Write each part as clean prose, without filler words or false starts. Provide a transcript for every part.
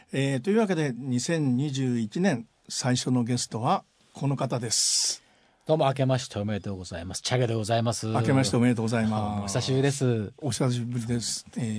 というわけで2021年最初のゲストはこの方です。 どうも明けましておめでとうございます。チャゲでございます。 明けましておめでとうございます。 お久しぶりです。 お久しぶりです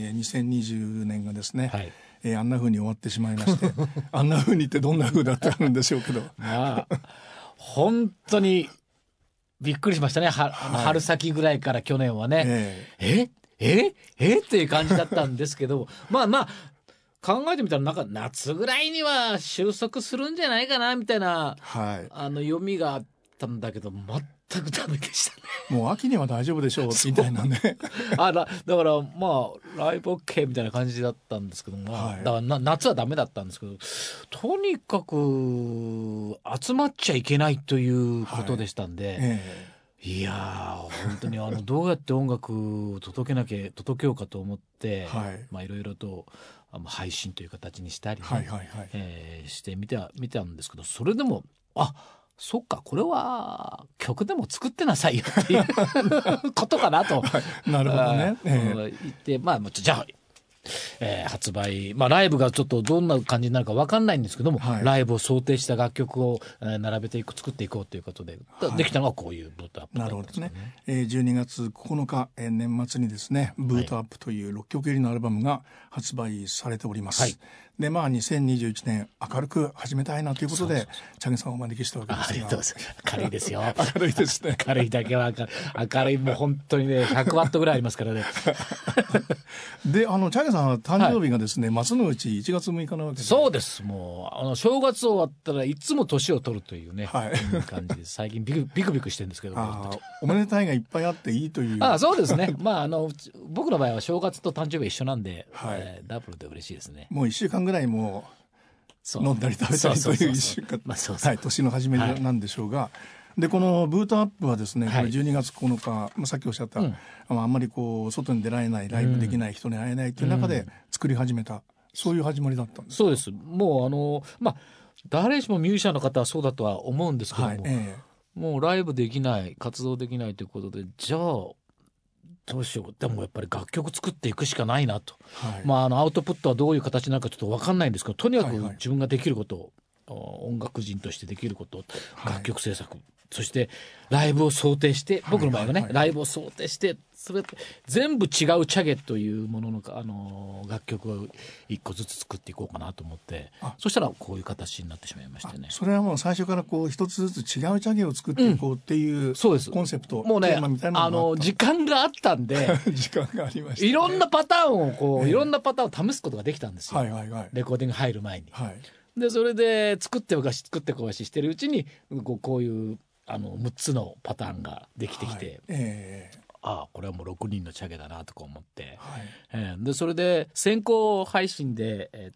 。2020年がですね、 はい、 あんな風に終わってしまいましてあんな風にってどんな風だったんでしょうけどまあ本当にびっくりしましたね。春先ぐらいから去年はね、っていう感じだったんですけどまあ考えてみたらなんか夏ぐらいには収束するんじゃないかなみたいな、読みがあったんだけど全くダメでしたね。 もう秋には大丈夫でしょうみたいなねだからライブ OK みたいな感じだったんですけども、だから夏はダメだったんですけど、とにかく集まっちゃいけないということでしたんで、いやー本当にどうやって音楽を届けようかと思って、いろいろと配信という形にしたり、してみたんですけど、それでもそっかこれは曲でも作ってなさいよっていうことかなとなるほどね、 言ってじゃあ発売、ライブがちょっとどんな感じになるか分かんないんですけども、ライブを想定した楽曲を並べて作っていこうということで、できたのがこういうブートアップだったんですね。 なるほどね。12月9日、年末にですねブートアップという6曲入りのアルバムが発売されております。で2021年明るく始めたいなということでチャゲさんをお招きしたわけですが、 ありがとうございます。軽いですよ明るいですね。 明るいだけは明るい、もう本当にね100ワットぐらいありますからねでチャゲさんは誕生日がですね、松の内1月6日なわけで。 そうです。もう正月終わったらいつも年を取るというね、感じで最近ビクビクしてるんですけどおめでたいがいっぱいあっていいというそうですね僕の場合は正月と誕生日一緒なんで、ダブルで嬉しいですね。 もう1週間ぐらいもう飲んだり食べたりという1週間、年の初めなんでしょうが、でこのブートアップはですね、これ12月9日、さっきおっしゃった、あんまり外に出られない、ライブできない、人に会えないという中で作り始めた、そういう始まりだったんです。 そうです。もう誰しもミュージシャンの方はそうだとは思うんですけども、もうライブできない、活動できないということで、じゃあどうしよう、でもやっぱり楽曲作っていくしかないなと、アウトプットはどういう形になるかちょっと分かんないんですけど、とにかく自分ができることを、音楽人としてできること、楽曲制作、そしてライブを想定して、僕の場合はね、ライブを想定して、それ全部違うチャゲというものの、楽曲を一個ずつ作っていこうかなと思って、そしたらこういう形になってしまいましてね。 それはもう最初から一つずつ違うチャゲを作っていこうっていう、コンセプト、 もうね、 テーマみたいなのがあった。 時間があったんで時間がありました、ね、 いろんなパターンをいろんなパターンを試すことができたんですよ、レコーディング入る前に。でそれで作ってこがししてるうちにこういう6つのパターンができてきて、これはもう6人のチャゲだなとか思って、でそれで先行配信で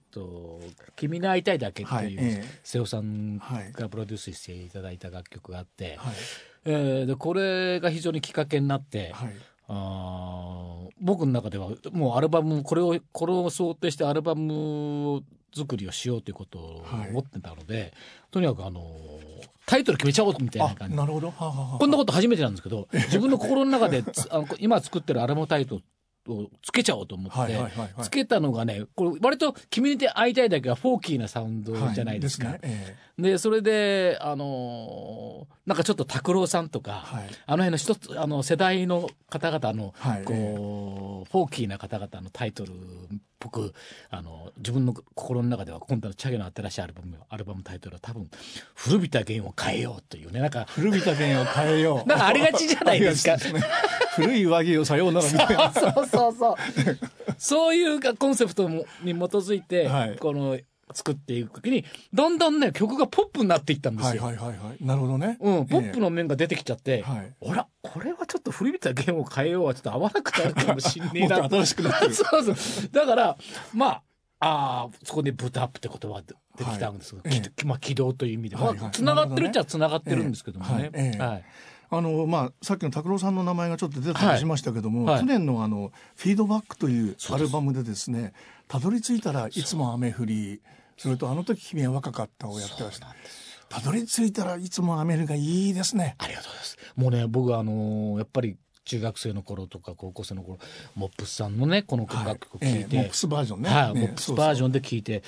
「君に会いたいだけ」っていう瀬尾さんがプロデュースしていただいた楽曲があって、でこれが非常にきっかけになって、僕の中ではもうアルバムこれを想定してアルバム作りをしようということを思ってたので、とにかくタイトル決めちゃおうみたいな感じ。 なるほど。 こんなこと初めてなんですけど、自分の心の中で今作ってるアルバムタイトルをつけちゃおうと思って、つけたのがね、これ割と君に会いたいだけはフォーキーなサウンドじゃないですか。でそれでなんかちょっと拓郎さんとか、あの辺の一つ世代の方々のこう、フォーキーな方々のタイトルっぽく自分の心の中では今度のチャゲの新しいアルバムタイトルは多分古びた弦を変えようというね、なんか古びた弦を変えようなんかありがちじゃないですか古い上着をさようならみたいなそういうコンセプトに基づいて、この作っていく時にだんだんね曲がポップになっていったんですよ。 なるほどね。 ポップの面が出てきちゃって、これはちょっと古びた弦を変えようはちょっと合わなくなるかもしんねえなもっと新しくなってるだからそこでブートアップって言葉が出てきたんですけど、軌道という意味でつながってるっちゃつながってるんですけどもね。 さっきの拓郎さんの名前がちょっと出たりしましたけども、去年のフィードバックというアルバムでですね、たどり着いたらいつも雨降り、それとあの時君は若かったをやってました。たどり着いたらいつも雨降りがいいですね。 ありがとうございます。もうね、僕やっぱり中学生の頃とか高校生の頃モップスさんのねこの楽曲を聴いて、 モップスバージョンね、 モップスバージョンで聴いて、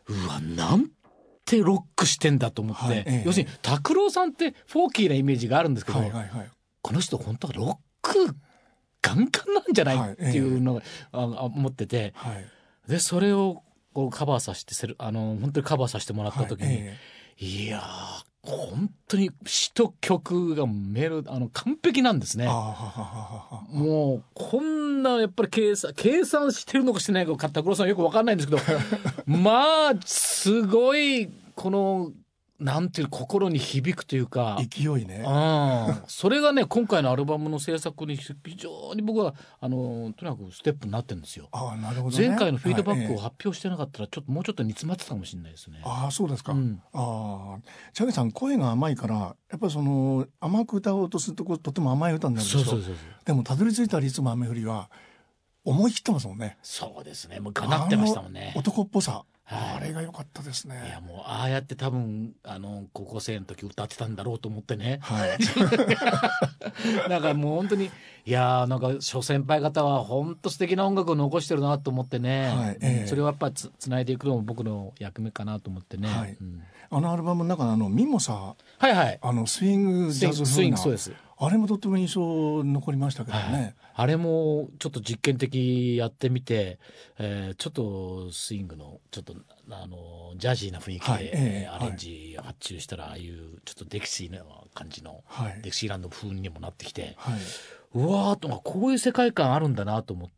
うわなんてロックしてんだと思って、要するに拓郎さんってフォーキーなイメージがあるんですけど、この人本当はロックガンガンなんじゃないっていうのが、思ってて、でそれをこうカバーさせて本当にカバーさせてもらった時に、いやー本当に詩と曲が完璧なんですね。もうこんなやっぱり計算してるのかしてないのか拓郎さんよく分かんないんですけどまあすごいこのなんていう心に響くというか勢いね。 それがね今回のアルバムの制作に非常に僕はとにかくステップになってるんですよ。 なるほどね。 前回のフィードバックを発表してなかったらもうちょっと煮詰まってたかもしれないですね。 そうですか。チャゲさん声が甘いからやっぱり甘く歌おうとするととても甘い歌になるでしょ。そうでもたどり着いたリズム雨降りは思い切ってますもんね。 そうですね。もうがなってましたもんね。 男っぽさ。あれが良かったですね。 いやもうああやって多分高校生の時歌ってたんだろうと思ってね。なんかもう本当にいやなんか諸先輩方は本当素敵な音楽を残してるなと思ってね。それをやっぱりつないでいくのも僕の役目かなと思ってね。 アルバムの中のミモサ、スイングジャズ風な、 そうです。 あれもとっても印象残りましたけどね。 あれもちょっと実験的やってみて、ちょっとスイングのちょっとジャジーな雰囲気で、アレンジ発注したらああいうちょっとデクシーな感じの、デクシーランド風にもなってきて、うわーとこういう世界観あるんだなと思って、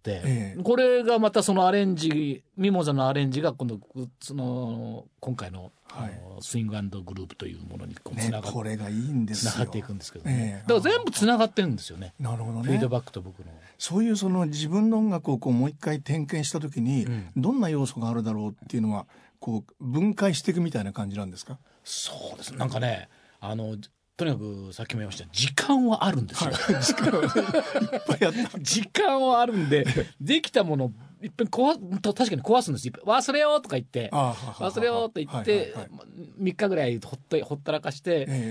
これがまたそのアレンジミモザのアレンジが今回のスイング&グループというものにつながこれがいいんですよ。 つながっていくんですけどね。だから全部つながってるんですよね。 なるほどね。 フィードバックと僕の。 そういう自分の音楽をもう一回点検した時に、どんな要素があるだろうっていうのは分解していくみたいな感じなんですか？ そうです。なんかねとにかくさっきも言いました時間はあるんですよ。 時間はいっぱいあった。 時間はあるんでできたものいっぺん確かに壊すんです。忘れようとか言って忘れようと言って3日ぐらいほったらかして、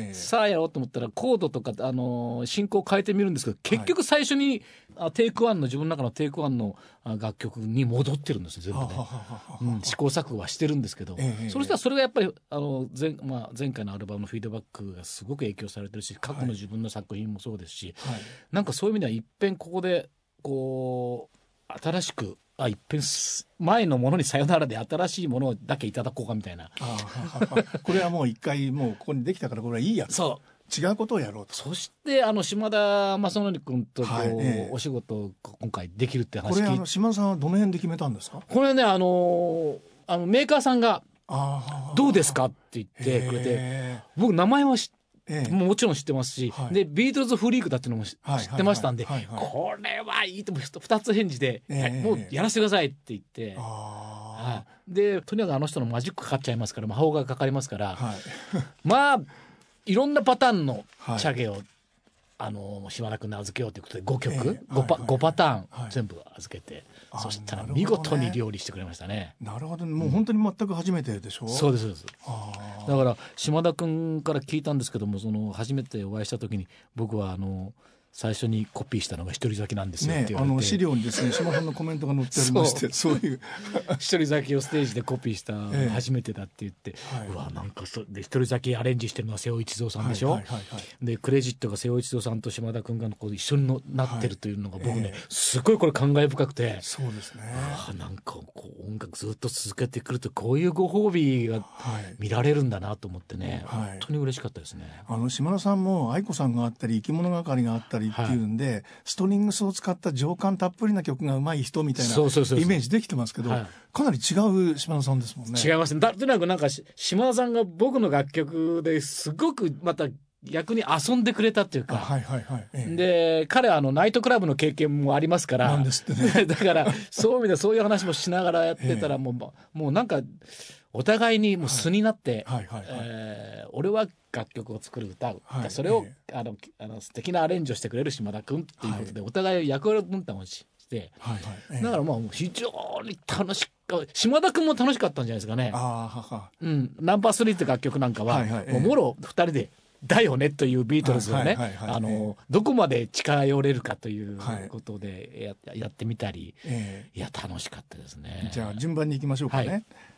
さあやろうと思ったらコードとか進行を変えてみるんですけど結局最初にテイク1の自分の中のテイク1の楽曲に戻ってるんですよ全部ね。試行錯誤はしてるんですけど、そしたらそれがやっぱり前回のアルバムのフィードバックがすごく影響されてるし過去の自分の作品もそうですし、なんかそういう意味ではいっぺんここで新しくいっぺん前のものにさよならで新しいものだけいただこうかみたいなこれはもう一回もうここにできたからこれはいいやと違うことをやろうと。 そして島田正則君とお仕事を今回できるって話聞いて、 これ島田さんはどの辺で決めたんですか？ これねメーカーさんがどうですかって言ってくれて僕名前はもちろん知ってますし、でビートルズフリークだっていうのも知ってましたんでこれはいいと2つ返事で、もうやらせてくださいって言って、でとにかくあの人のマジックかかっちゃいますから魔法がかかりますから、いろんなパターンのチャゲを島田君に預けようということで5曲、5パターン全部預けて、そしたら見事に料理してくれましたね。 なるほどね。もう本当に全く初めてでしょ？ そうですそうです。だから島田君から聞いたんですけども初めてお会いした時に僕は最初にコピーしたのが一人咲きなんですよって言われて、 資料にですね島さんのコメントが載っておりましてそういう一人咲きをステージでコピーした初めてだって言って、うわなんかで一人咲きアレンジしてるのは瀬尾一蔵さんでしょ、でクレジットが瀬尾一蔵さんと島田君が一緒になってるというのが僕ね、すごいこれ感慨深くて、 そうですね、 なんか音楽ずっと続けてくるとこういうご褒美が見られるんだなと思ってね、本当に嬉しかったですね。 島田さんも愛子さんがあったり生き物係があったりっていうんで、ストリングスを使った情感たっぷりな曲が上手い人みたいなイメージできてますけど、かなり違う島田さんですもんね。 違いますね。とにかくなんか島田さんが僕の楽曲ですごくまた逆に遊んでくれたっていうか、で彼はナイトクラブの経験もありますからなんですって、ね、 だからそういう意味でそういう話もしながらやってたらもうなんかお互いにもう素になって、俺は楽曲を作る歌う、それを素敵なアレンジをしてくれる島田君っていうことで、お互い役割分担をして、だからもう非常に楽しく島田君も楽しかったんじゃないですかね。ナンバー3って楽曲なんかは、もろ2人でだよねというビートルズをねどこまで近寄れるかということでやってみたり、いや楽しかったですね。 じゃあ順番にいきましょうかね。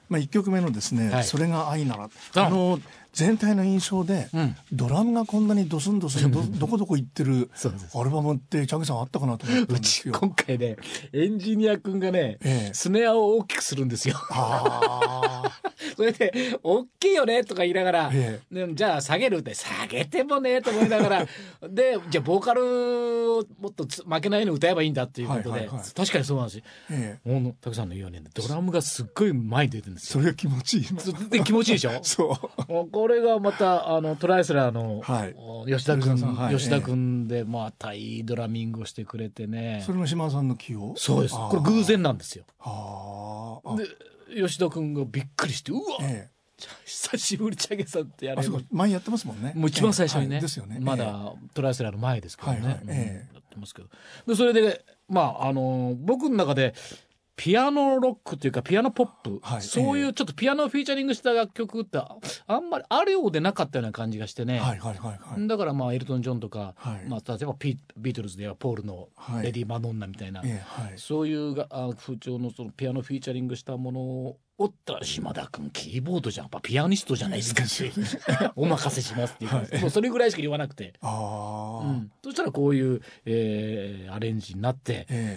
1曲目のですね、 はい、 それが愛なら、全体の印象で、ドラムがこんなにドスンドスン どこどこ行ってるアルバムってチャゲさんあったかなと思ったんですよ。 今回ねエンジニア君がね、スネアを大きくするんですよ。それで大きいよねとか言いながら、でじゃあ下げるって下げてもねと思いながらでじゃあボーカルをもっと負けないように歌えばいいんだっていうことで、確かにそうなんですよ。たくさんの言うようにドラムがすっごい前に出てるんですよ。 それが気持ちいいで気持ちいいでしょ。 そうこれがまたトライスラーの吉田君でまたいいドラミングをしてくれてね。 それも島田さんの起用？ そうです。これ偶然なんですよ。で吉田君がびっくりしてうわ、久しぶりチャゲさんってやれる。 前やってますもんね。 もう一番最初にね、 ですよね。 まだトライスラーの前ですけどね、やってますけど。でそれで僕の中でピアノロックというかピアノポップ、そういうちょっとピアノをフィーチャリングした楽曲ってあんまりあるようでなかったような感じがしてね、だからエルトン・ジョンとか、例えばビートルズではポールのレディ・マドンナみたいな、そういう風潮のそのピアノフィーチャリングしたものをったら島田君キーボードじゃんピアニストじゃないですかってお任せしますっていう、もうそれぐらいしか言わなくて、そしたらこういう、アレンジになって、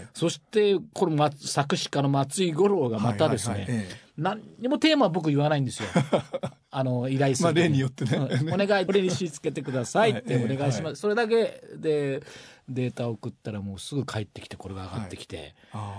そしてこれ、作詞家の松井五郎がまたですね、何にもテーマは僕言わないんですよ依頼する例によってね、 お願いこれにしつけてくださいってお願いします、それだけでデータを送ったらもうすぐ帰ってきてこれが上がってきて、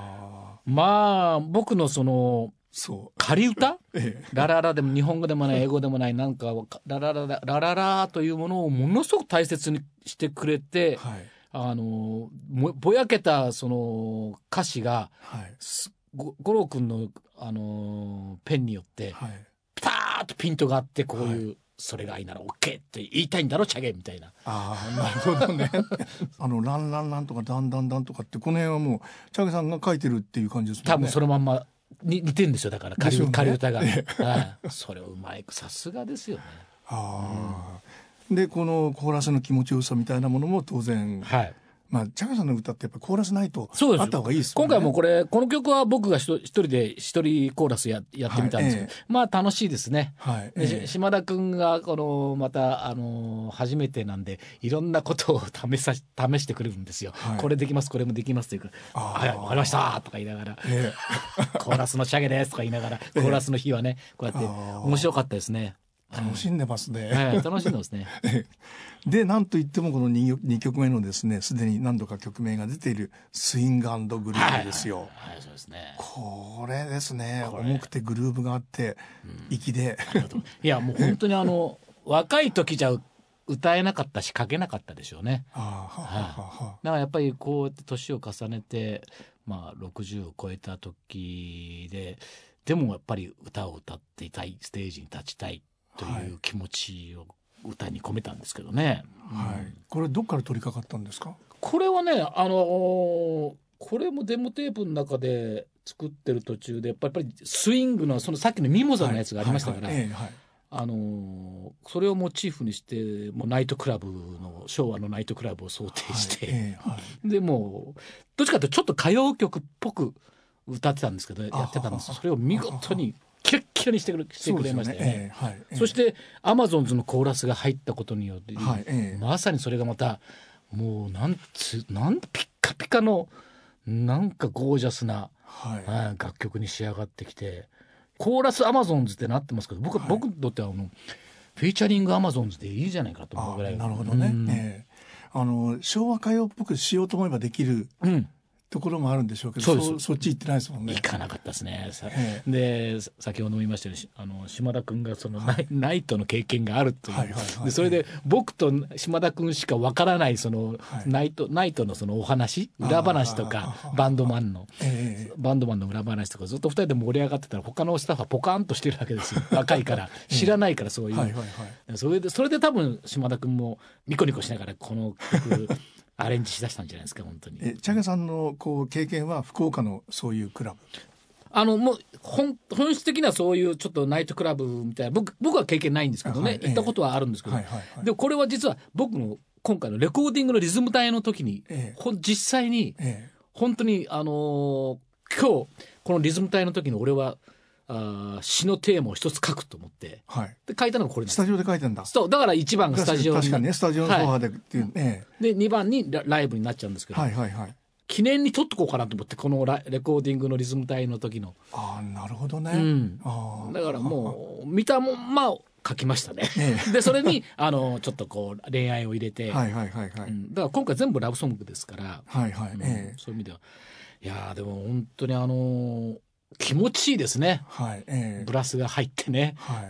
僕のその仮歌、ラララでも日本語でもない英語でもないなんかララララララというものをものすごく大切にしてくれて、ぼやけたその歌詞が、五郎君の、ペンによってピターッとピントがあって、こういう、それが愛なら OK って言いたいんだろチャゲみたいな。 なるほどねランランランとかダンダンダンとかってこの辺はもうチャゲさんが書いてるっていう感じですもんね。 多分そのまんま似てるんですよ。だから仮歌が、それをうまいさすがですよね。 でこのコーラスの気持ちよさみたいなものも当然、チャゲさんの歌ってやっぱりコーラスないとあった方がいいですよね。 今回もこの曲は僕が一人で一人コーラスやってみたんですけど、楽しいですね。島田君がまた初めてなんでいろんなことを試してくれるんですよ。これできますこれもできますというか「わかりました」とか言いながらコーラスのチャゲですとか言いながらコーラスの日はねこうやって面白かったですね。 楽しんでますね。 楽しんでますね。 でなんといってもこの 2曲目のですねすでに何度か曲名が出ているスイング&グルーブですよ。 そうですね。 これですね、重くてグルーブがあって粋で、 いやもう本当に若い時じゃ歌えなかったし書けなかったでしょうね。だからやっぱりこうやって年を重ねて、60を超えた時でもやっぱり歌を歌っていたい、ステージに立ちたいという気持ちを歌に込めたんですけどね。 これどっから取り掛かったんですか？ これはねこれもデモテープの中で作ってる途中でやっぱりスイングのそのさっきのミモザのやつがありましたから、それをモチーフにしてもうナイトクラブの昭和のナイトクラブを想定して、でもうどっちかというとちょっと歌謡曲っぽく歌ってたんですけどやってたんです。それを見事にキラッキラにしてくれましたよね。そしてアマゾンズのコーラスが入ったことによって、まさにそれがまたもうなんピッカピカのなんかゴージャスな、楽曲に仕上がってきて、コーラスアマゾンズってなってますけど僕にとってはフィーチャリングアマゾンズでいいじゃないかと思うぐらい。 なるほどね。昭和歌謡っぽくしようと思えばできる、ところもあるんでしょうけど、そっち行ってないですもんね。 行かなかったですね。で先ほども言いましたように島田君がそのナイトの経験があるという、でそれで僕と島田君しかわからないそのナイトのそのお話裏話とかバンドマンの裏話とかずっと2人で盛り上がってたら他のスタッフはポカンとしてるわけですよ。若いから知らないからそういう、それで多分島田君もニコニコしながらこの曲アレンジしだしたんじゃないですか本当に。 チャゲさんの経験は福岡のそういうクラブ、もう本質的なそういうちょっとナイトクラブみたいな僕は経験ないんですけどね、行ったことはあるんですけど、でこれは実は僕の今回のレコーディングのリズム隊の時に、実際に、本当に今日このリズム隊の時に俺は詩のテーマを一つ書くと思って、 はい、 で書いたのがこれです。 スタジオで書いてんだ。 そうだから1番がスタジオに、 確かにね、スタジオのソファーでっていうね、 で2番にライブになっちゃうんですけど、 はいはいはい、 記念に撮っとこうかなと思って、このレコーディングのリズム隊の時の。 なるほどね、 だからもう見たもんまあ書きましたね、でそれにちょっとこう恋愛を入れて、 はいはいはいはい、 だから今回全部ラブソングですから、 はいはい、 そういう意味では、いやでも本当に気持ちいいですね、 はい、 ブラスが入ってね、 はい、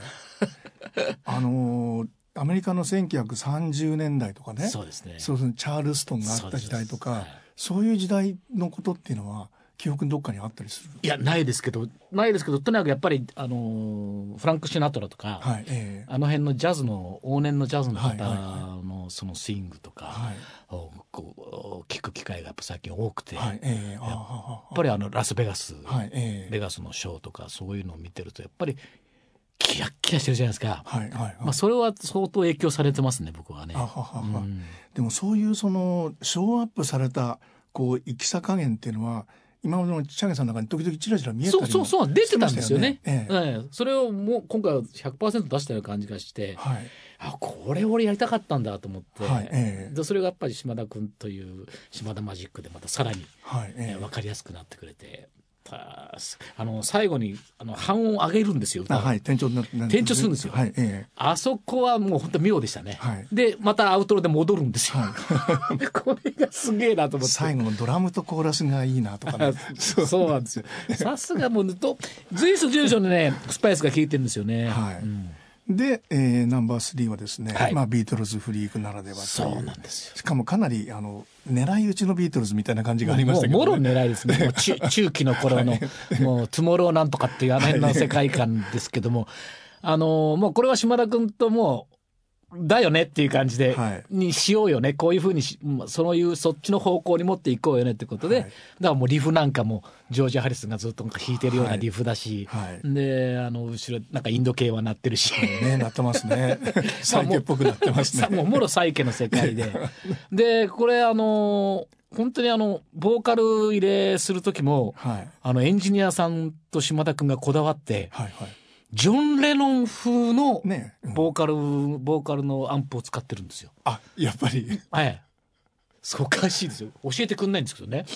アメリカの1930年代とかね、 そうですね、 チャールストンがあった時代とか、そういう時代のことっていうのは記憶にどっかにあったりする？ いやないですけどとにかくやっぱりフランク・シナトラとか、 はい、 あの辺のジャズの往年のジャズの方のそのスイングとか、はい、こう聞く機会がやっぱ最近多くて、はい、やっぱりラスベガス、はい、ベガスのショーとかそういうのを見てるとやっぱりキラッキラしてるじゃないですか、はいはいはい、それは相当影響されてますね僕はね。 でもそういうショーアップされたこう生きさ加減っていうのは今までのチャゲさんの中に時々チラチラ見えたりもそう出てたんですよね。それをもう今回は 100% 出したような感じがして、はい、これ俺やりたかったんだと思って、はいでそれがやっぱり島田君という島田マジックでまたさらに、はい分かりやすくなってくれて、最後に半音上げるんですよ、 はい、転調するんですよ、はいあそこはもう本当妙でしたね、はい、でまたアウトロで戻るんですよ、はい、これがすげえなと思って、 最後のドラムとコーラスがいいなとかねそうなんですよさすがもう随所随所のねスパイスが効いてるんですよね、はいで、ナンバー3はですね、はいビートルズフリークならではという、 そうなんですよ。 しかもかなり狙い撃ちのビートルズみたいな感じがありましたけど、ね、 もろ狙いですね。もう中期の頃の、はい、もうトゥモローなんとかっていうあの辺の世界観ですけども、もうこれは島田君ともうだよねっていう感じで、はい、にしようよね、こういうふうにそっちの方向に持っていこうよねってことで、はい、だからもうリフなんかもジョージ・ハリスがずっと弾いてるようなリフだし、はい、で後ろなんかインド系は鳴ってるし、 ね、鳴ってますねサイケっぽくなってますねもうもろサイケの世界ででこれ本当にボーカル入れする時も、はい、エンジニアさんと島田君がこだわって、はいはい、ジョン・レノン風のボーカルのアンプを使ってるんですよ。 あ、やっぱり。 はい。そうおかしいですよ。教えてくんないんですけどね。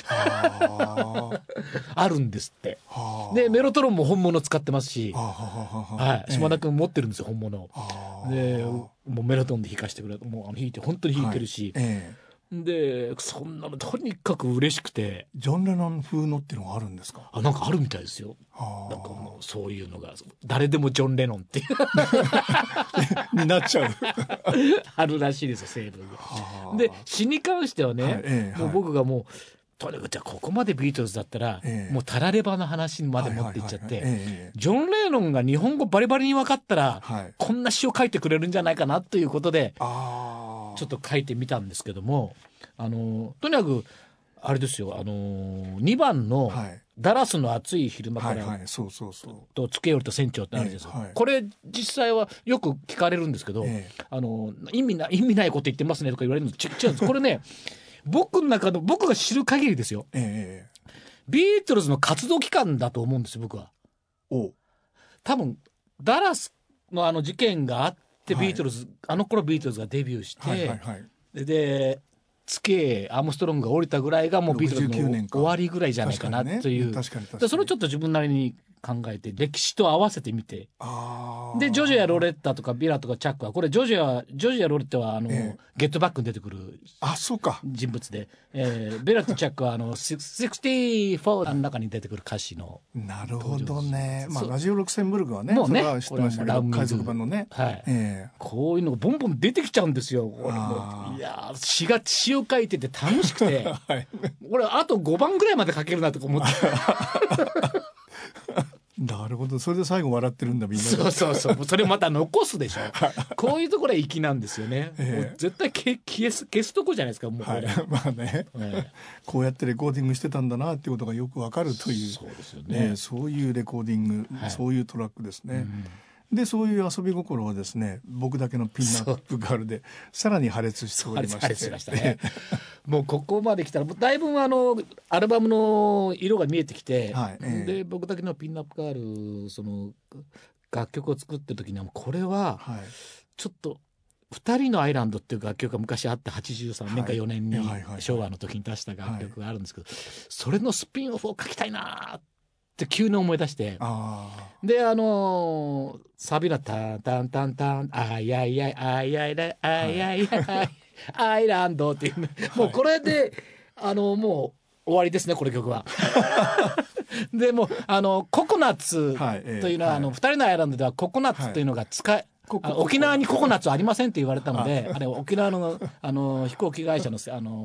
あるんですって。でメロトロンも本物使ってますし、はい、島田君持ってるんですよ本物。でもうメロトロンで弾かしてくれ、もう弾いて本当に弾いてるし。でそんなのとにかく嬉しくて。 ジョン・レノン風のっていうのがあるんですか？ なんかあるみたいですよ。なんかもうそういうのが誰でもジョン・レノンっていうになっちゃうあるらしいですよ成分が。で詩に関してはね、もう僕がもうとにかくじゃあここまでビートルズだったら、もうタラレバの話まで持っていっちゃってジョン・レノンが日本語バリバリに分かったら、こんな詩を書いてくれるんじゃないかなということでちょっと書いてみたんですけども、とにかくあれですよ、2番のダラスの暑い昼間からとつけよりと船長ってあるじゃないですか、これ実際はよく聞かれるんですけど、意味ないこと言ってますねとか言われるの違うんですこれね僕が知る限りですよ、ビートルズの活動期間だと思うんですよ僕は。多分ダラスの事件があってビートルズ、頃ビートルズがデビューして、でアームストロングが降りたぐらいがもうビートルズの終わりぐらいじゃないかなという、それをちょっと自分なりに考えて歴史と合わせてみて、でジョジョやロレッタとかビラとかチャックはこれジョジョやロレッタはゲットバックに出てくる人物で、ベラとチャックは64の中に出てくる歌詞の。 なるほどね。ラジオルクセンブルクはねそれは知ってましたけど、海賊版のね、 こういうのがボンボン出てきちゃうんですよ。いや詩を書いてて楽しくて、俺あと5番ぐらいまで書けるなとか思ってなるほど、それで最後笑ってるんだみんな。 そうそれまた残すでしょこういうところは粋なんですよね、もう絶対消すとこじゃないですかもうこれ、 まあね、こうやってレコーディングしてたんだなっていうことがよくわかるという、 そうですよね、 そういうレコーディング、そういうトラックですね、 でそういう遊び心はですね、僕だけのピンナップガールでさらに破裂しておりまして、破裂しましたねもうここまで来たらだいぶアルバムの色が見えてきて、 はいで僕だけのピンナップガールその楽曲を作ってる時にはこれはちょっと2人のアイランドっていう楽曲が昔あって83年か4年に昭和の時に出した楽曲があるんですけど、それのスピンオフを書きたいなって急に思い出して、でサビのタンタンタンタンあいあいあいあいあいあいあいあいアイランドっていう、もうこれでもう終わりですねこれ曲はでもココナッツというのは、2人のアイランドではココナッツというのが沖縄にココナッツはありませんって言われたので、あれ沖縄の飛行機会社の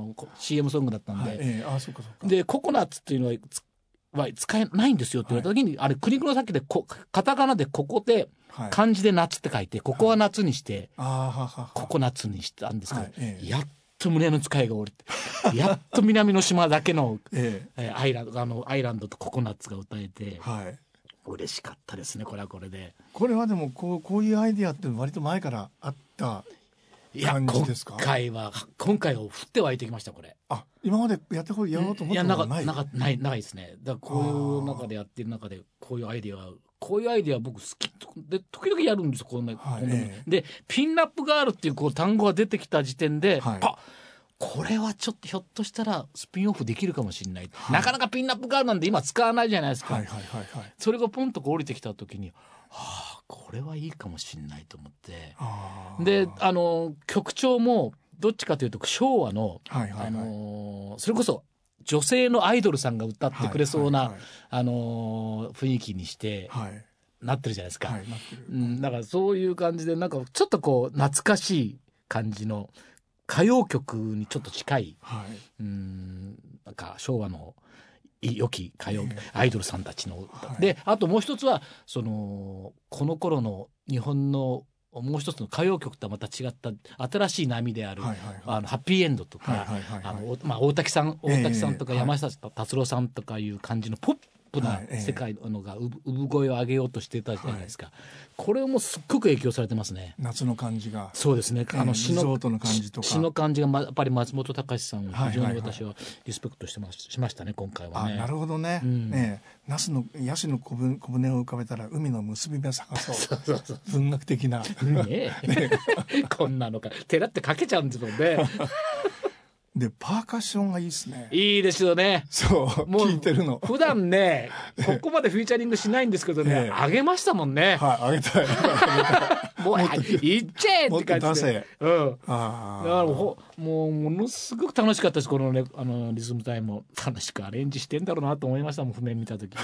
CM ソングだったんで、でココナッツっていうのは使えないんですよって言われた時に、あれ苦肉の策でカタカナでここで漢字で夏って書いて、ここは夏にしてココナッツにしたんですけど、やっと胸の使いが降りてやっと南の島だけのアイランドとココナッツが歌えて、嬉しかったですね。これはこれで。 これはでもこういうアイディアって割と前からあった感じですか？ 今回は降って湧いてきました。これ今までやろうと思ったことがない？ ないですね。だからこういう中でやってる中でこういうアイディア僕好きで時々やるんですよ。でピンナップガールっていう単語が出てきた時点で、これはちょっとひょっとしたらスピンオフできるかもしれない、なかなかピンナップガールなんて今使わないじゃないですか、それがポンと降りてきた時にこれはいいかもしれないと思って、で曲調もどっちかというと昭和の、それこそ女性のアイドルさんが歌ってくれそうな、雰囲気にしてなってるじゃないですか、だからそういう感じでなんかちょっと懐かしい感じの歌謡曲にちょっと近い、なんか昭和の良き歌謡、アイドルさんたちの歌、であともう一つはこの頃の日本のもう一つの歌謡曲とはまた違った新しい波である、ハッピーエンドとか、大滝さんとか山下達郎さんとかいう感じのポップな世界のが産声を上げようとしてたじゃないですか、これもすっごく影響されてますね。 夏の感じが。 そうですね。 リゾートの感じとか詩の感じが、やっぱり松本隆さんを非常に私はリスペクトしましたね今回はね。 なるほどね。ヤシの小舟を浮かべたら海の結び目探そう。文学的な。 こんなのか。てらってかけちゃうんですもんね。 でパーカッションがいいですね。 いいですよね。 そうもう聞いてるの。 普段ねここまでフィーチャリングしないんですけどね、あげましたもんね。 あげたい。 もういっちゃえって感じで。だからもうものすごく楽しかったです。このねリズム隊も楽しくアレンジしてんだろうなと思いましたもん、譜面見た時。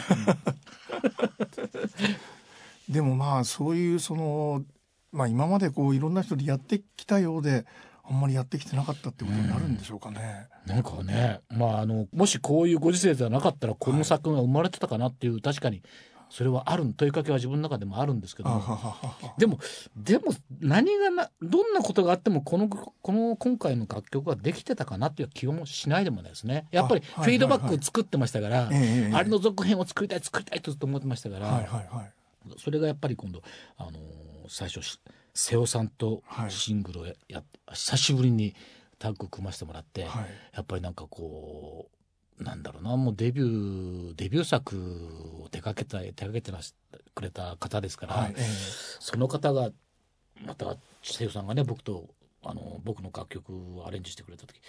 でもそういう今までいろんな人でやってきたようであんまりやってきてなかったってことになるんでしょうかね。 なんかね、もしこういうご時世ではなかったらこの作品が生まれてたかなっていう、確かにそれは問いかけは自分の中でもあるんですけど、でもどんなことがあってもこの今回の楽曲はできてたかなっていう気もしないでもないですね。やっぱりフィードバックを作ってましたから、あれの続編を作りたいとずっと思ってましたから、それがやっぱり今度最初瀬尾さんとシングルを久しぶりにタッグ組ませてもらって、やっぱりなんかなんだろうな、もうデビュー作を手掛けてくれた方ですから、その方がまた瀬尾さんがね僕の楽曲をアレンジしてくれた時、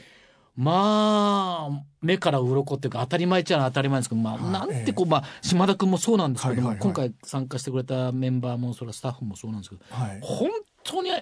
目から鱗っていうか当たり前っちゃ当たり前ですけど、なんて島田君もそうなんですけども、今回参加してくれたメンバーもそれはスタッフもそうなんですけど、本当に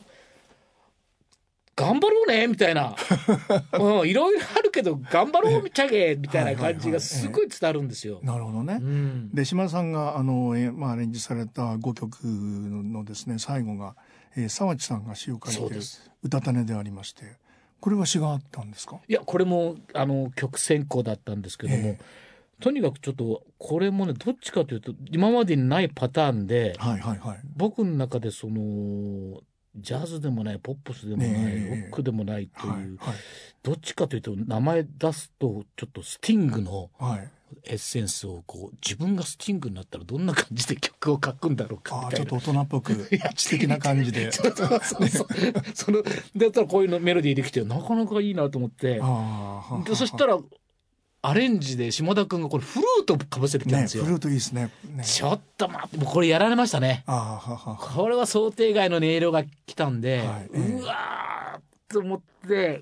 頑張ろうねみたいな、いろいろあるけど頑張ろうみたいな感じがすごい伝わるんですよ。 なるほどね。で島田さんがアレンジされた5曲のですね最後が沢地さんが詩を書いて歌種でありまして、これは詩があったんですか？ いやこれも曲選考だったんですけども、とにかくちょっとこれもねどっちかというと今までにないパターンで、僕の中でジャズでもないポップスでもない、ロックでもないという、どっちかというと名前出すとちょっとスティングのエッセンスをこう自分がスティングになったらどんな感じで曲を書くんだろうかみたいな。 ちょっと大人っぽく知的な感じでそのだったらこういうのメロディーできてなかなかいいなと思って、でそしたらアレンジで島田君がこれフルートかぶせてきたんですよ、 フルートいいですね。 ちょっと待って、もうこれやられましたね。これは想定外の音色が来たんで、うわーと思って、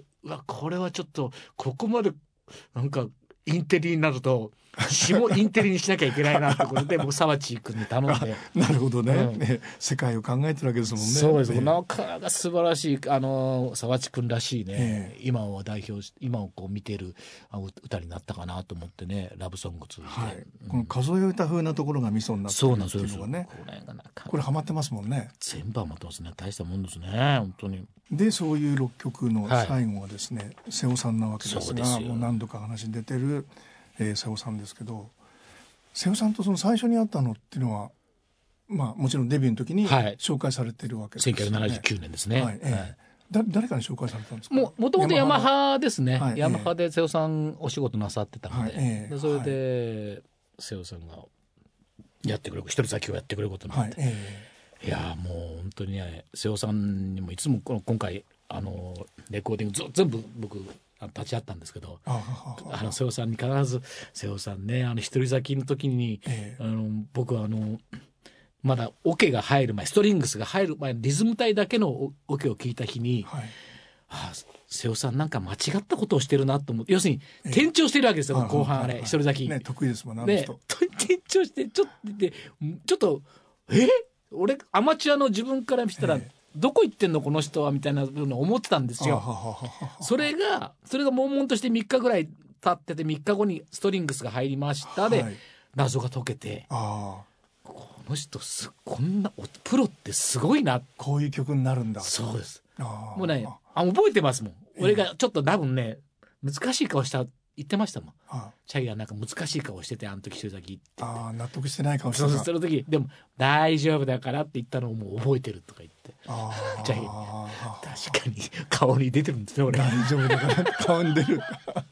これはちょっとここまでなんかインテリになるとインテリにしなきゃいけないなってことで僕沢地君に頼んでなるほどね、世界を考えてるわけですもんね。 そうです、なかなか素晴らしい沢地君らしいね、今を代表し今をこう見てる歌になったかなと思ってね、ラブソング通じて、 この数え歌風なところがミソになってるっていうのがね、これハマってますもんね。 全部ハマってますね。大したもんですね本当に。 でそういう6曲の最後はですね、瀬尾さんなわけですが、もう何度か話に出てる瀬尾さんですけど、瀬尾さんとその最初に会ったのっていうのは、もちろんデビューの時に紹介されてるわけですね。 1979年ですね。 誰かに紹介されたんですか。 もともとヤマハですね、ヤマハで瀬尾さんお仕事なさってたので、それで瀬尾さんがやってくれる、一人先をやってくれることになって、いやもう本当にね、瀬尾さんにもいつも今回レコーディング全部僕立ち会ったんですけど、瀬尾さんに必ず瀬尾さんね、一人先の時に、僕はまだオケが入る前、ストリングスが入る前、リズム隊だけのオケを聞いた日に、瀬尾さんなんか間違ったことをしてるなと思って、要するに転調してるわけですよ、後半一人先、 得意ですもんね、転調してちょっと俺アマチュアの自分から見たら、どこ行ってんのこの人はみたいなのを思ってたんですよ。それが悶々として3日ぐらい経ってて、3日後にストリングスが入りましたで、謎が解けて、この人こんなプロってすごいな、 こういう曲になるんだ。 そうです。もうね、覚えてますもん。俺がちょっと多分ね難しい顔した言ってましたもん。チャギがなんか難しい顔してて、一人先って納得してない顔してた。 その時でも大丈夫だからって言ったのをもう覚えてるとか言って、チャギ確かに顔に出てるんですよ俺。 大丈夫だから顔に出る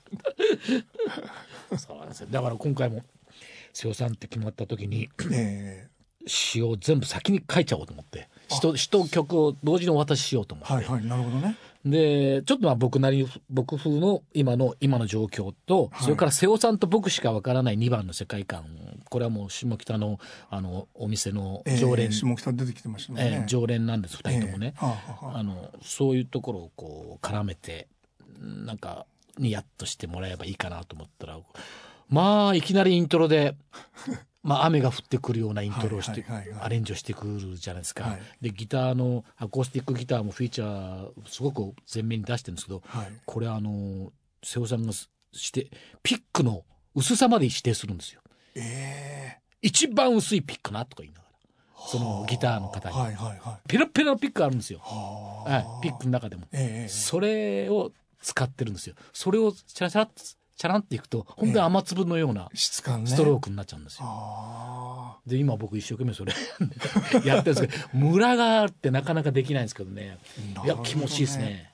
そうなんですよ。だから今回も瀬尾さんって決まった時に、詩を全部先に書いちゃおうと思って、詩と曲を同時にお渡ししようと思って、 なるほどね。 でちょっと僕風の今の状況と、それから瀬尾さんと僕しかわからない2番の世界観、これはもう下北のお店の常連、 下北出てきてましたね、 常連なんです2人ともね、そういうところをこう絡めてなんかニヤッとしてもらえばいいかなと思ったら、いきなりイントロで雨が降ってくるようなイントロをして、アレンジをしてくるじゃないですか、でギターのアコースティックギターもフィーチャーすごく前面に出してるんですけど、これ瀬尾さんがしてピックの薄さまで指定するんですよ。一番薄いピックなとか言いながら、そのギターの方に、ペラペラのピックあるんですよ、ピックの中でも、それを使ってるんですよ。それをチャランっていくと本当に雨粒のようなストロークになっちゃうんですよ。で今僕一生懸命それやってるんですけど、ムラがあってなかなかできないんですけどね。いや気持ちいいですね。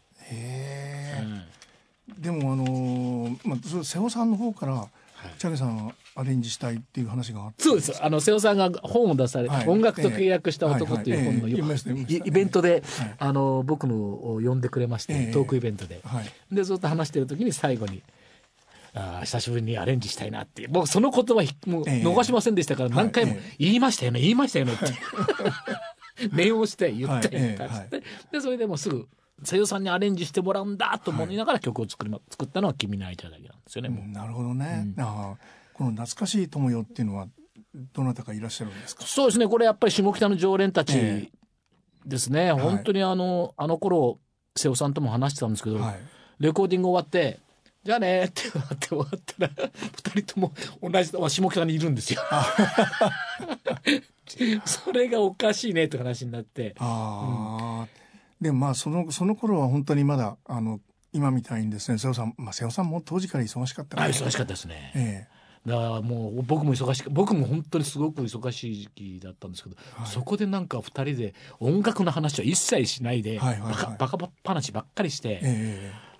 でも瀬尾さんの方からチャゲさんアレンジしたいっていう話があって、 そうです。瀬尾さんが本を出され、音楽と契約した男っていう本のイベントで、僕のを呼んでくれまして、トークイベントで、でずっと話してる時に最後に久しぶりにアレンジしたいなって、僕その言葉もう逃しませんでしたから、何回も言いましたよねって念をして言ったりとかして、でそれでもうすぐ瀬尾さんにアレンジしてもらうんだと思いながら曲を作ったのは君の愛ちゃだけなんですよね。 なるほどね。この懐かしい友よっていうのはどなたかいらっしゃるんですか。 そうですね、これやっぱり下北の常連たちですね、本当にあの頃瀬尾さんとも話してたんですけど、レコーディング終わってじゃあねって終わったら2人とも同じ下北にいるんですよそれがおかしいねって話になって、 でもその頃は本当にまだ今みたいにですね、瀬尾さんも当時から忙しかったから、 忙しかったですね、だからもう僕も本当にすごく忙しい時期だったんですけど、そこでなんか2人で音楽の話は一切しないで、バカ話ばっかりして、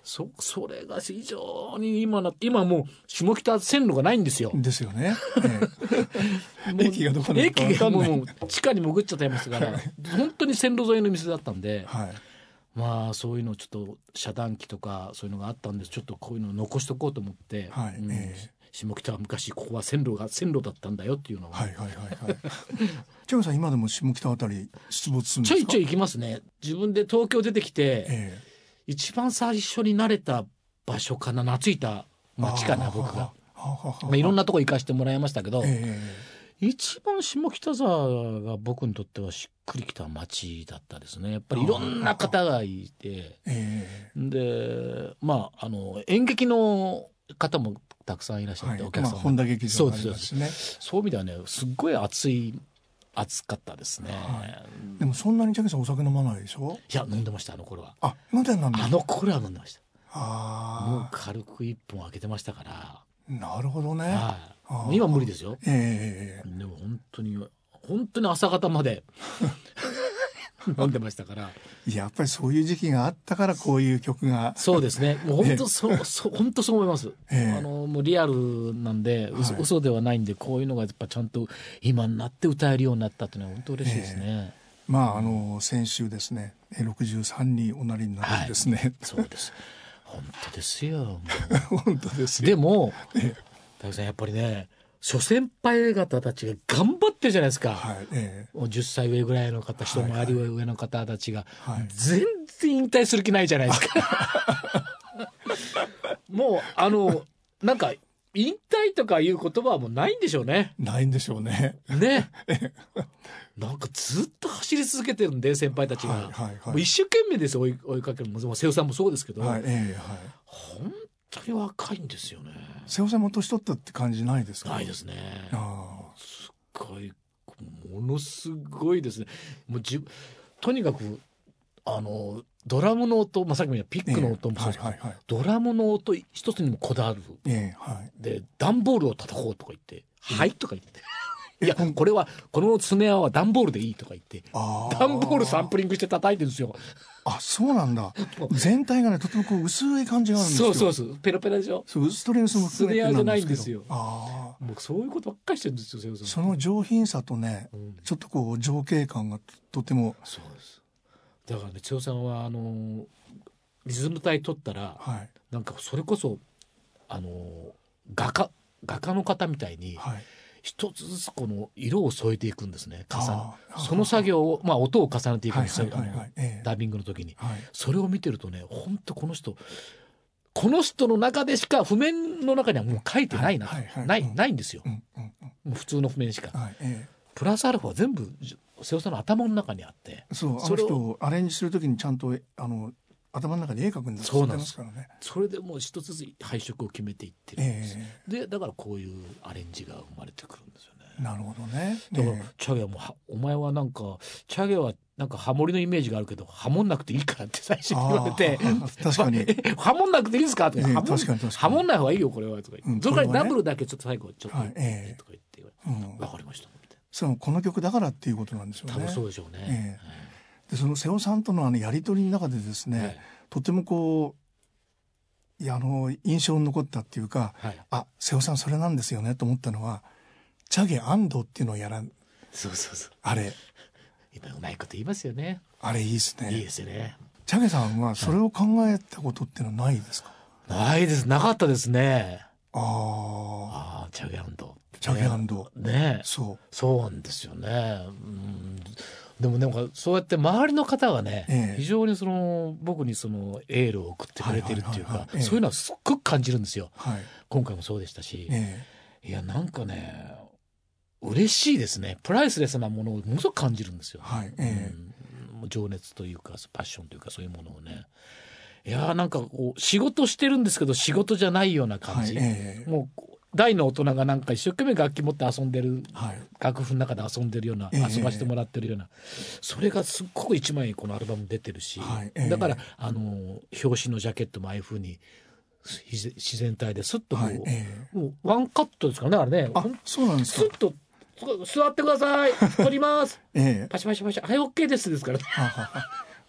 それが非常に今もう下北線路がないんですよ。 ですよね。駅がどこなのか分かんない。 もう地下に潜っちゃってますから本当に線路沿いの店だったんで、 はい、 まあそういうのちょっと遮断機とかそういうのがあったんです。ちょっとこういうのを残しとこうと思って、 はい、 下北は昔ここは線路だったんだよっていうのを。 はいはいはいはい千葉さん今でも下北あたり出没するんですか？ ちょいちょい行きますね。自分で東京出てきて、一番最初に慣れた場所かな、懐いた街かな、僕が。いろんなとこ行かせてもらいましたけど、一番下北沢が僕にとってはしっくりきた街だったですね。やっぱりいろんな方がいて、でまあ演劇の方もたくさんいらっしゃって、お客さん、 本田劇場がありますしね。 そういう意味ではね、すっごい暑かったですね、 でもそんなにジャケさんお酒飲まないでしょ？ いや飲んでました。あの頃は。 飲んでなんだ。 あの頃は飲んでました。もう軽く1本開けてましたから。 なるほどね。 今無理ですよ。 でも本当に朝方まで飲んでましたから。 やっぱりそういう時期があったからこういう曲が。 そうですね。もう本当そう思います。もうリアルなんで、嘘ではないんで、こういうのがやっぱちゃんと今になって歌えるようになったっていうのは本当嬉しいですね。 先週ですね、63におなりになってですね、 そうです。本当ですよ。 本当ですよ。 でも高木さんやっぱりね、諸先輩方たちが頑張ってるじゃないですか。10歳上ぐらいの方、一回り上の方たちが全然引退する気ないじゃないですか。もうなんか引退とかいう言葉はもうないんでしょうね。 ないんでしょうね。 ね。なんかずっと走り続けてるんで、先輩たちが。もう一生懸命ですよ、追いかけるの。瀬尾さんもそうですけど、本当に若いんですよね。 瀬尾さんも年取ったって感じないですか？ ないですね。すごい、ものすごいですね。もうとにかくドラムの音、さっきも言ったピックの音もそうですけど、ドラムの音一つにもこだわる。で段ボールを叩こうとか言って「はい」とか言って。いやこれはこのスネアは段ボールでいいとか言って段ボールサンプリングして叩いてるんですよ。 そうなんだ。全体がねとてもこう薄い感じがあるんですよ。 そうペラペラでしょ。 ストレンスも含めてなんですけど。 スネアじゃないんですよ。もうそういうことばっかりしてるんですよ、瀬尾さん。 その上品さとね、ちょっとこう情景感がとても。 そうです。だからね、瀬尾さんはリズム隊取ったら、なんかそれこそ画家の方みたいに、一つずつこの色を添えていくんですね。その作業を、音を重ねていくんですよ、ダイビングの時に。それを見てるとね、本当この人の中でしか譜面の中にはもう書いてないな、ないんですよ。もう普通の譜面しか。プラスアルファは全部瀬尾さんの頭の中にあって、 その人をアレンジする時にちゃんと頭の中で絵描くんだって言ってますからね。 それでもう一つずつ配色を決めていってるんです、でだからこういうアレンジが生まれてくるんですよね。 なるほどね。 だからチャゲはもうお前はなんかチャゲはなんかハモリのイメージがあるけどハモんなくていいからって最初に言われて、 確かにハモんなくていいですかって、ハモんない方がいいよこれはとか言って、それからダブルだけちょっと最後ちょっととか言って分かりましたみたいな。 この曲だからっていうことなんでしょうね。 多分そうでしょうね。 でその瀬尾さんとのやり取りの中でですね、とてもこう印象に残ったっていうか、瀬尾さんそれなんですよねと思ったのはチャゲ安藤っていうのをそうあれ今うまいこと言いますよね。 あれいいですね。 いいですよね。 チャゲさんはそれを考えたことっていうのはないですか？ ないです。なかったですね。チャゲ安藤ね。そうなんですよね。でもなんかそうやって周りの方がね、非常に僕にエールを送ってくれてるっていうか、そういうのはすっごく感じるんですよ。今回もそうでしたし、いやなんかね嬉しいですね。プライスレスなものをものすごく感じるんですよ。情熱というかパッションというかそういうものをね。いやなんかこう仕事してるんですけど仕事じゃないような感じ。もう大の大人がなんか一生懸命楽器持って遊んでる、楽譜の中で遊んでるような、遊ばしてもらってるような、それがすっごく一枚このアルバム出てるし、だから表紙のジャケットもああいうふうに自然体ですっともうワンカットですからねあれね。 そうなんですか。 すっと座ってください撮ります、パシパシパシはい OK ですからね。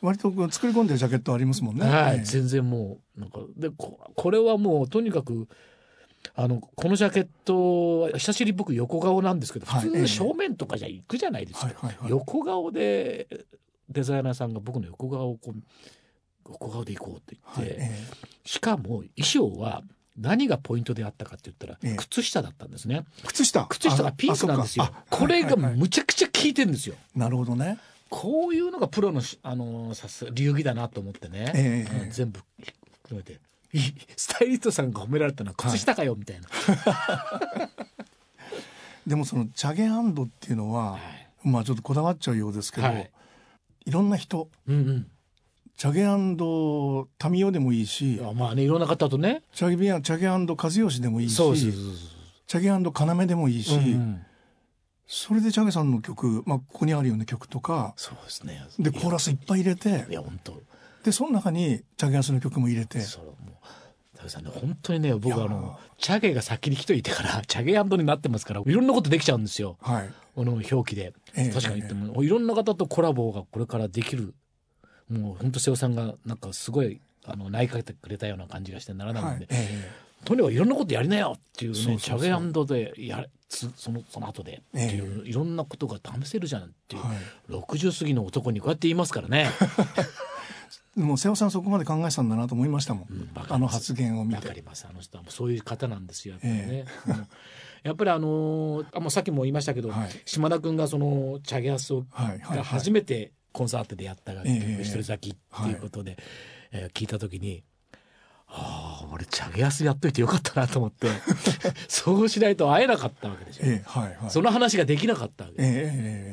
割と作り込んでるジャケットありますもんね。 はい、全然もうなんかで これはもうとにかくこのジャケットは久しぶり僕横顔なんですけど、普通正面とかじゃ行くじゃないですか、横顔でデザイナーさんが僕の横顔を横顔で行こうって言って、しかも衣装は何がポイントであったかって言ったら、靴下だったんですね。靴下がピンクなんですよ。これがむちゃくちゃ効いてるんですよ。 なるほどね。 こういうのがプロのさすが流儀だなと思ってね、全部含めてスタイリストさんが褒められたのは靴下かよみたいな、 でもそのチャゲハンドっていうのは、まあちょっとこだわっちゃうようですけど、いろんな人、チャゲ&タミオでもいいし、 まあね、いろんな方とね、 チャゲ&和義でもいいし、チャゲ&要でもいいし、それでチャゲさんの曲、ここにあるような曲とか、 そうですね、 でコーラスいっぱい入れて、 いや本当でその中にチャゲアスの曲も入れて、 そうもうチャゲさんね、本当にね、僕チャゲが先に来といてからチャゲ&になってますから、いろんなことできちゃうんですよ、表記で。確かに言っても、いろんな方とコラボがこれからできる。もう本当瀬尾さんがなんかすごい内かけてくれたような感じがしてならないので、とにかくいろんなことやりなよっていうね、チャゲ&でその後でっていう、いろんなことが試せるじゃんっていう、60過ぎの男にこうやって言いますからね。 もう瀬尾さんそこまで考えてたんだなと思いましたもん、発言を見て。 わかります。人はそういう方なんですよ、やっぱりね。やっぱりもうさっきも言いましたけど、島田君がそのチャゲアスが初めてコンサートでやった楽曲「一人咲き」っていうことで、聞いた時に、俺チャゲアスやっといてよかったなと思ってそうしないと会えなかったわけでしょ、その話ができなかったわけです、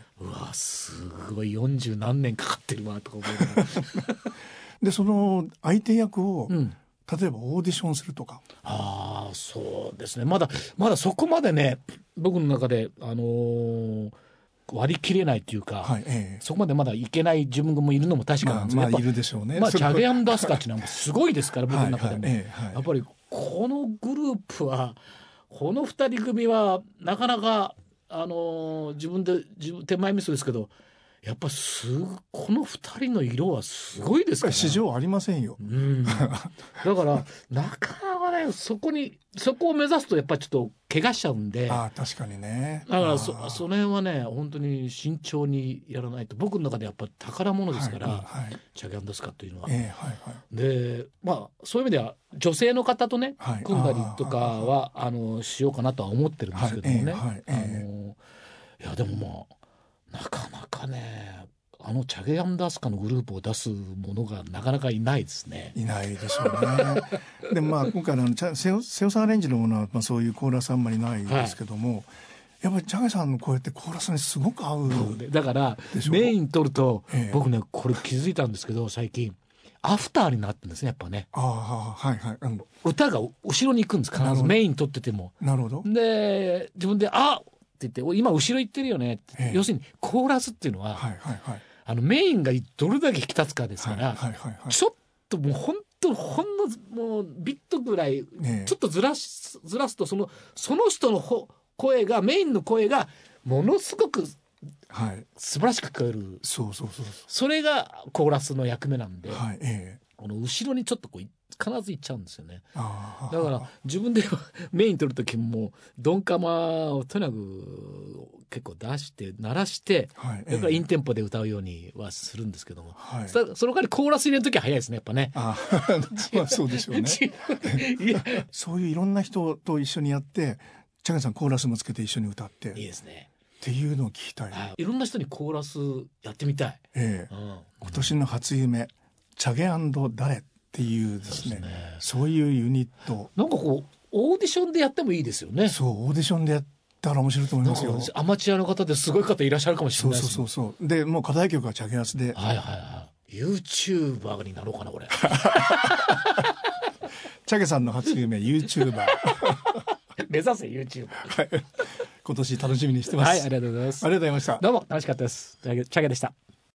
うわすごい40何年かかってるわとか思いながらでその相手役を、例えばオーディションするとか。 そうですね、まだそこまでね、僕の中で割り切れないというか、そこまでまだいけない自分もいるのも確かなんですけど、 いるでしょうね。 チャゲ&アスカっていうのはすごいですから、僕の中でも、やっぱりこのグループは、この2人組はなかなか自分手前味噌ですけど、やっぱこの2人の色はすごいですから、 市場ありませんよ、 だからなかなかね、そこを目指すとやっぱりちょっと怪我しちゃうんで、 確かにね。 だからその辺はね、本当に慎重にやらないと。僕の中でやっぱり宝物ですから、チャゲ&アスカというのは、でそういう意味では女性の方とね、組んだりとかはしようかなとは思ってるんですけどもね、いやでもなかなかね、チャゲ&アスカのグループを出すものがなかなかいないですね。 いないでしょうね。で今回の瀬尾さんアレンジのものは、そういうコーラスあんまりないですけども、やっぱりチャゲさんの声ってコーラスにすごく合う。 だからメイン取ると、僕ねこれ気づいたんですけど、最近アフターになってるんですね、やっぱね。歌が後ろに行くんです、必ずメイン取ってても。 なるほど。 で自分でって言って、今後ろ行ってるよねって、要するにコーラスっていうのは、メインがどれだけ引き立つかですから、ちょっともうほんのもうビットぐらいちょっとずらすと、その人の声が、メインの声がものすごく素晴らしく聞こえる、それがコーラスの役目なんで、この後ろにちょっと必ず行っちゃうんですよね。だから自分でメイン取る時もドンカマをとにかく結構出して鳴らして、それからインテンポで歌うようにはするんですけども、その代わりコーラス入れる時は早いですね、やっぱね。 そうでしょうね。そういういろんな人と一緒にやって、チャゲさんコーラスもつけて一緒に歌って、いいですねっていうのを聞きたい。 いろんな人にコーラスやってみたい。 今年の初夢、チャゲ&誰っていうですね、そういうユニット、 なんかオーディションでやってもいいですよね。 オーディションでやったら面白いと思いますよ。 アマチュアの方ですごい方いらっしゃるかもしれないです。 そうで、もう課題曲はチャゲアスで、 YouTuber になろうかな、これ。 チャゲさんの初夢 YouTuber 目指せ YouTuber。 今年楽しみにしてます。 ありがとうございます。 ありがとうございました。 どうも楽しかったです。チャゲでした。